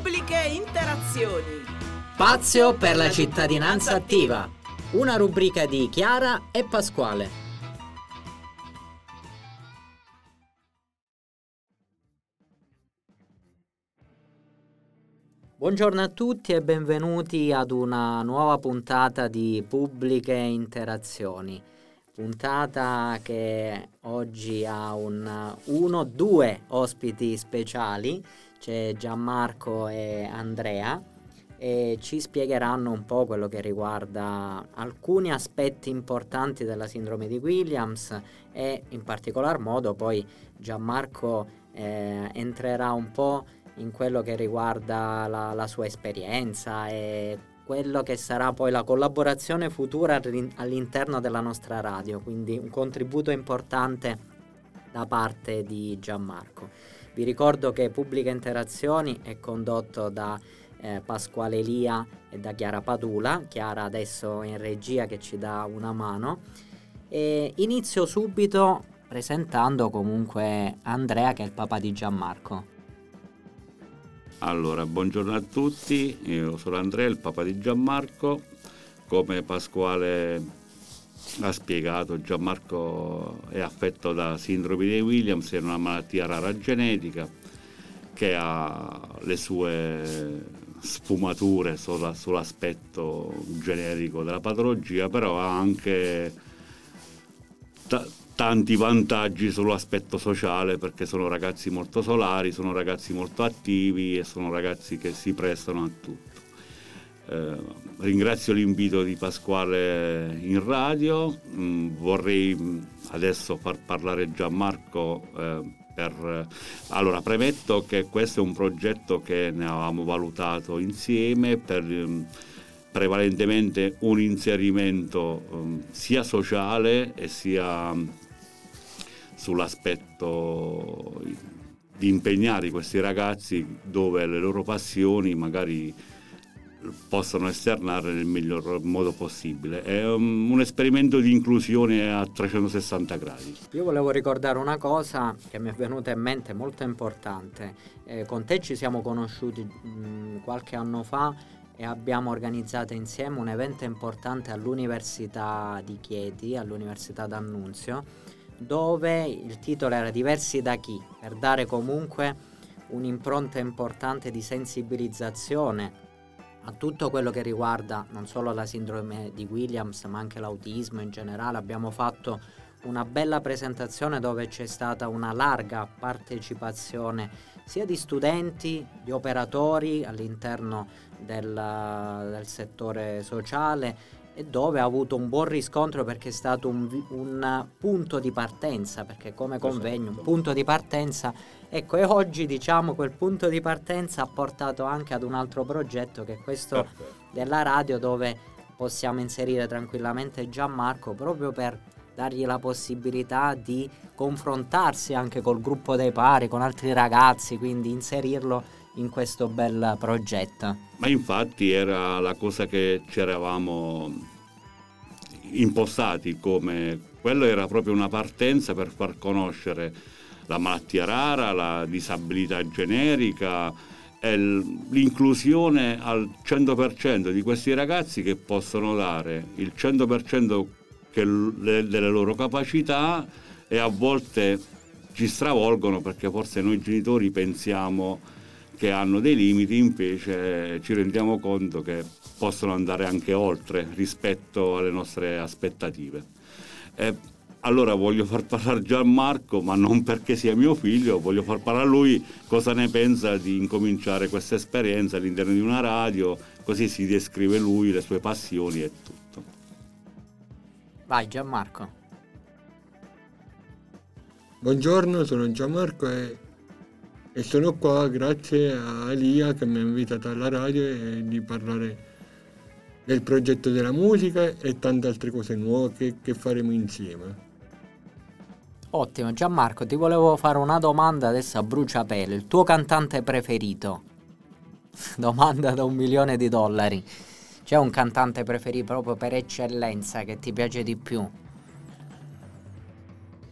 Pubbliche interazioni. Spazio per la cittadinanza attiva. Una rubrica di Chiara e Pasquale. Buongiorno a tutti e benvenuti ad una nuova puntata di Pubbliche interazioni. Puntata che oggi ha due ospiti speciali. C'è Gianmarco e Andrea e ci spiegheranno un po' quello che riguarda alcuni aspetti importanti della sindrome di Williams e in particolar modo poi Gianmarco entrerà un po' in quello che riguarda la sua esperienza e quello che sarà poi la collaborazione futura all'interno della nostra radio, quindi un contributo importante da parte di Gianmarco. Vi ricordo che Pubbliche Interazioni è condotto da Pasquale Elia e da Chiara Padula. Chiara adesso è in regia che ci dà una mano. E inizio subito presentando comunque Andrea, che è il papà di Gianmarco. Allora, buongiorno a tutti, io sono Andrea, il papà di Gianmarco. Come Pasquale ha spiegato, Gianmarco è affetto da sindrome di Williams, è una malattia rara genetica che ha le sue sfumature sull'aspetto generico della patologia, però ha anche tanti vantaggi sull'aspetto sociale, perché sono ragazzi molto solari, sono ragazzi molto attivi e sono ragazzi che si prestano a tutto. Ringrazio l'invito di Pasquale in radio. Vorrei adesso far parlare Gianmarco. Allora, premetto che questo è un progetto che ne avevamo valutato insieme per prevalentemente un inserimento sia sociale e sia sull'aspetto di impegnare questi ragazzi dove le loro passioni magari possono esternare nel miglior modo possibile. È un esperimento di inclusione a 360 gradi. Io volevo ricordare una cosa che mi è venuta in mente molto importante. Con te ci siamo conosciuti qualche anno fa e abbiamo organizzato insieme un evento importante all'Università di Chieti, all'Università d'Annunzio, dove il titolo era Diversi da chi? Per dare comunque un'impronta importante di sensibilizzazione a tutto quello che riguarda non solo la sindrome di Williams ma anche l'autismo in generale. Abbiamo fatto una bella presentazione dove c'è stata una larga partecipazione sia di studenti, di operatori all'interno del settore sociale, e dove ha avuto un buon riscontro perché è stato un punto di partenza, perché come convegno un punto di partenza, ecco, e oggi diciamo quel punto di partenza ha portato anche ad un altro progetto che è questo della radio, dove possiamo inserire tranquillamente Gianmarco proprio per dargli la possibilità di confrontarsi anche col gruppo dei pari, con altri ragazzi, quindi inserirlo in questo bel progetto. Ma infatti era la cosa che ci eravamo impostati, come quello era proprio una partenza per far conoscere la malattia rara, la disabilità generica e l'inclusione al 100% di questi ragazzi che possono dare il 100% delle loro capacità e a volte ci stravolgono, perché forse noi genitori pensiamo che hanno dei limiti, invece ci rendiamo conto che possono andare anche oltre rispetto alle nostre aspettative. Allora voglio far parlare Gianmarco, ma non perché sia mio figlio, voglio far parlare a lui cosa ne pensa di incominciare questa esperienza all'interno di una radio, così si descrive lui, le sue passioni e tutto. Vai Gianmarco. Buongiorno, sono Gianmarco e sono qua grazie a Elia che mi ha invitato alla radio e di parlare del progetto della musica e tante altre cose nuove che faremo insieme. Ottimo. Gianmarco, ti volevo fare una domanda adesso a bruciapelo. Il tuo cantante preferito? Domanda da $1 milione. C'è un cantante preferito proprio per eccellenza che ti piace di più?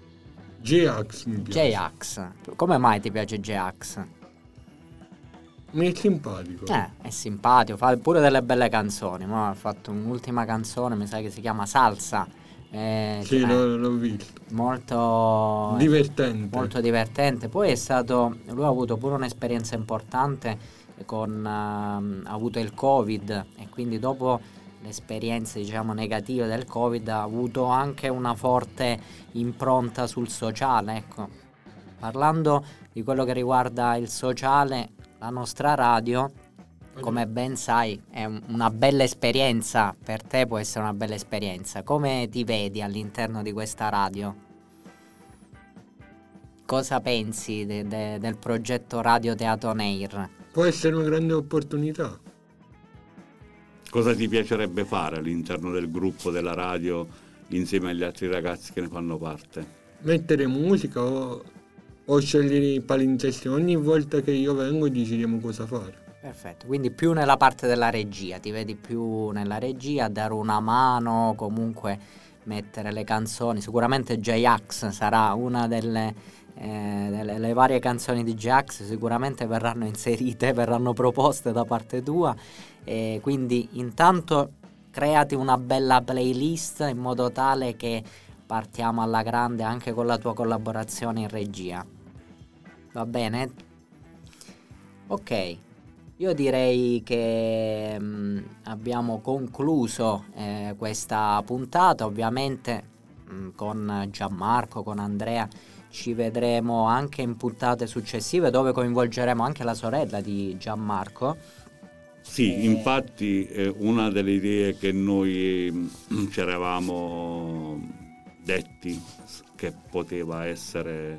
J-Ax mi piace. J-Ax. Come mai ti piace J-Ax? Mi è simpatico. È simpatico, fa pure delle belle canzoni. Ma ha fatto un'ultima canzone, mi sa che si chiama Salsa. Sì, l'ho visto. Molto Divertente. Molto divertente. Poi lui ha avuto pure un'esperienza importante ha avuto il Covid, e quindi dopo le esperienze, diciamo, negative del Covid ha avuto anche una forte impronta sul sociale, ecco. Parlando di quello che riguarda il sociale, la nostra radio, come ben sai, è una bella esperienza. Per te può essere una bella esperienza. Come ti vedi all'interno di questa radio? Cosa pensi del progetto Radio Teatro On Air? Può essere una grande opportunità. Cosa ti piacerebbe fare all'interno del gruppo della radio insieme agli altri ragazzi che ne fanno parte? Mettere musica o scegliere i palinsesti. Ogni volta che io vengo decidiamo cosa fare. Perfetto, quindi più nella parte della regia, ti vedi più nella regia, dare una mano, comunque mettere le canzoni. Sicuramente J-Ax sarà una delle varie canzoni di J-Ax, sicuramente verranno inserite, verranno proposte da parte tua, e quindi intanto creati una bella playlist in modo tale che partiamo alla grande anche con la tua collaborazione in regia. Va bene? Ok, io direi che abbiamo concluso questa puntata. Ovviamente con Gianmarco, con Andrea ci vedremo anche in puntate successive, dove coinvolgeremo anche la sorella di Gianmarco. Sì, infatti una delle idee che noi ci eravamo detti che poteva essere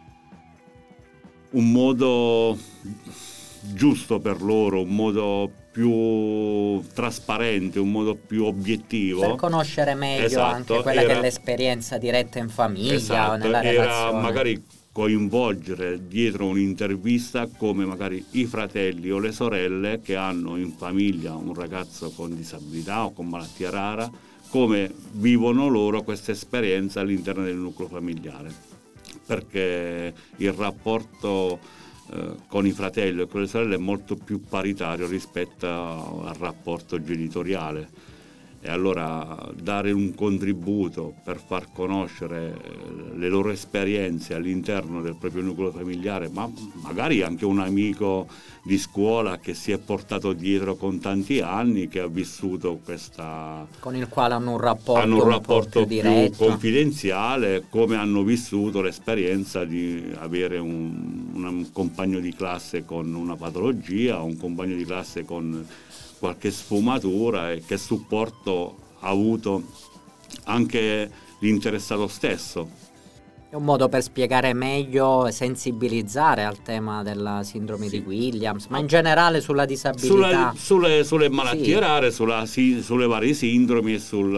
un modo giusto per loro, un modo più trasparente, un modo più obiettivo per conoscere meglio, esatto, anche quella che è l'esperienza diretta in famiglia, esatto, o nella relazione. Era magari coinvolgere dietro un'intervista come magari i fratelli o le sorelle che hanno in famiglia un ragazzo con disabilità o con malattia rara, come vivono loro questa esperienza all'interno del nucleo familiare, perché il rapporto con i fratelli e con le sorelle è molto più paritario rispetto al rapporto genitoriale, e allora dare un contributo per far conoscere le loro esperienze all'interno del proprio nucleo familiare, ma magari anche un amico di scuola che si è portato dietro con tanti anni, che ha vissuto questa, con il quale hanno un rapporto più diretto, confidenziale, come hanno vissuto l'esperienza di avere un compagno di classe con una patologia, un compagno di classe con qualche sfumatura, e che supporto ha avuto anche l'interessato stesso. È un modo per spiegare meglio e sensibilizzare al tema della sindrome di Williams, ma in generale sulla disabilità. Sulle malattie rare, sulle varie sindromi e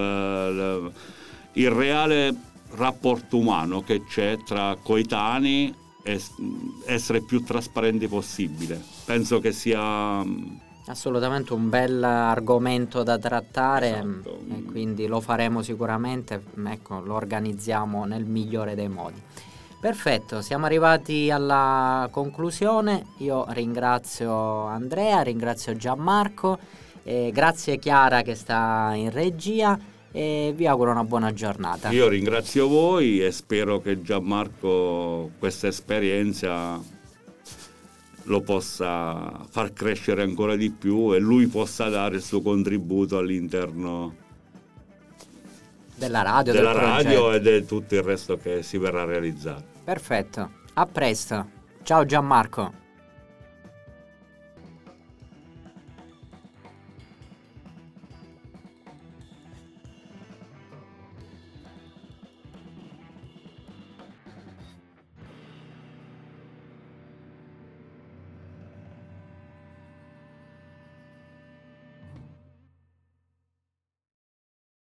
il reale rapporto umano che c'è tra coetanei, e essere più trasparenti possibile. Penso che sia assolutamente un bel argomento da trattare, esatto. E quindi lo faremo sicuramente, ecco, lo organizziamo nel migliore dei modi. Perfetto, siamo arrivati alla conclusione. Io ringrazio Andrea, ringrazio Gianmarco, grazie Chiara che sta in regia, e vi auguro una buona giornata. Io ringrazio voi e spero che Gianmarco questa esperienza lo possa far crescere ancora di più e lui possa dare il suo contributo all'interno della radio e di tutto il resto che si verrà realizzato. Perfetto, a presto. Ciao Gianmarco.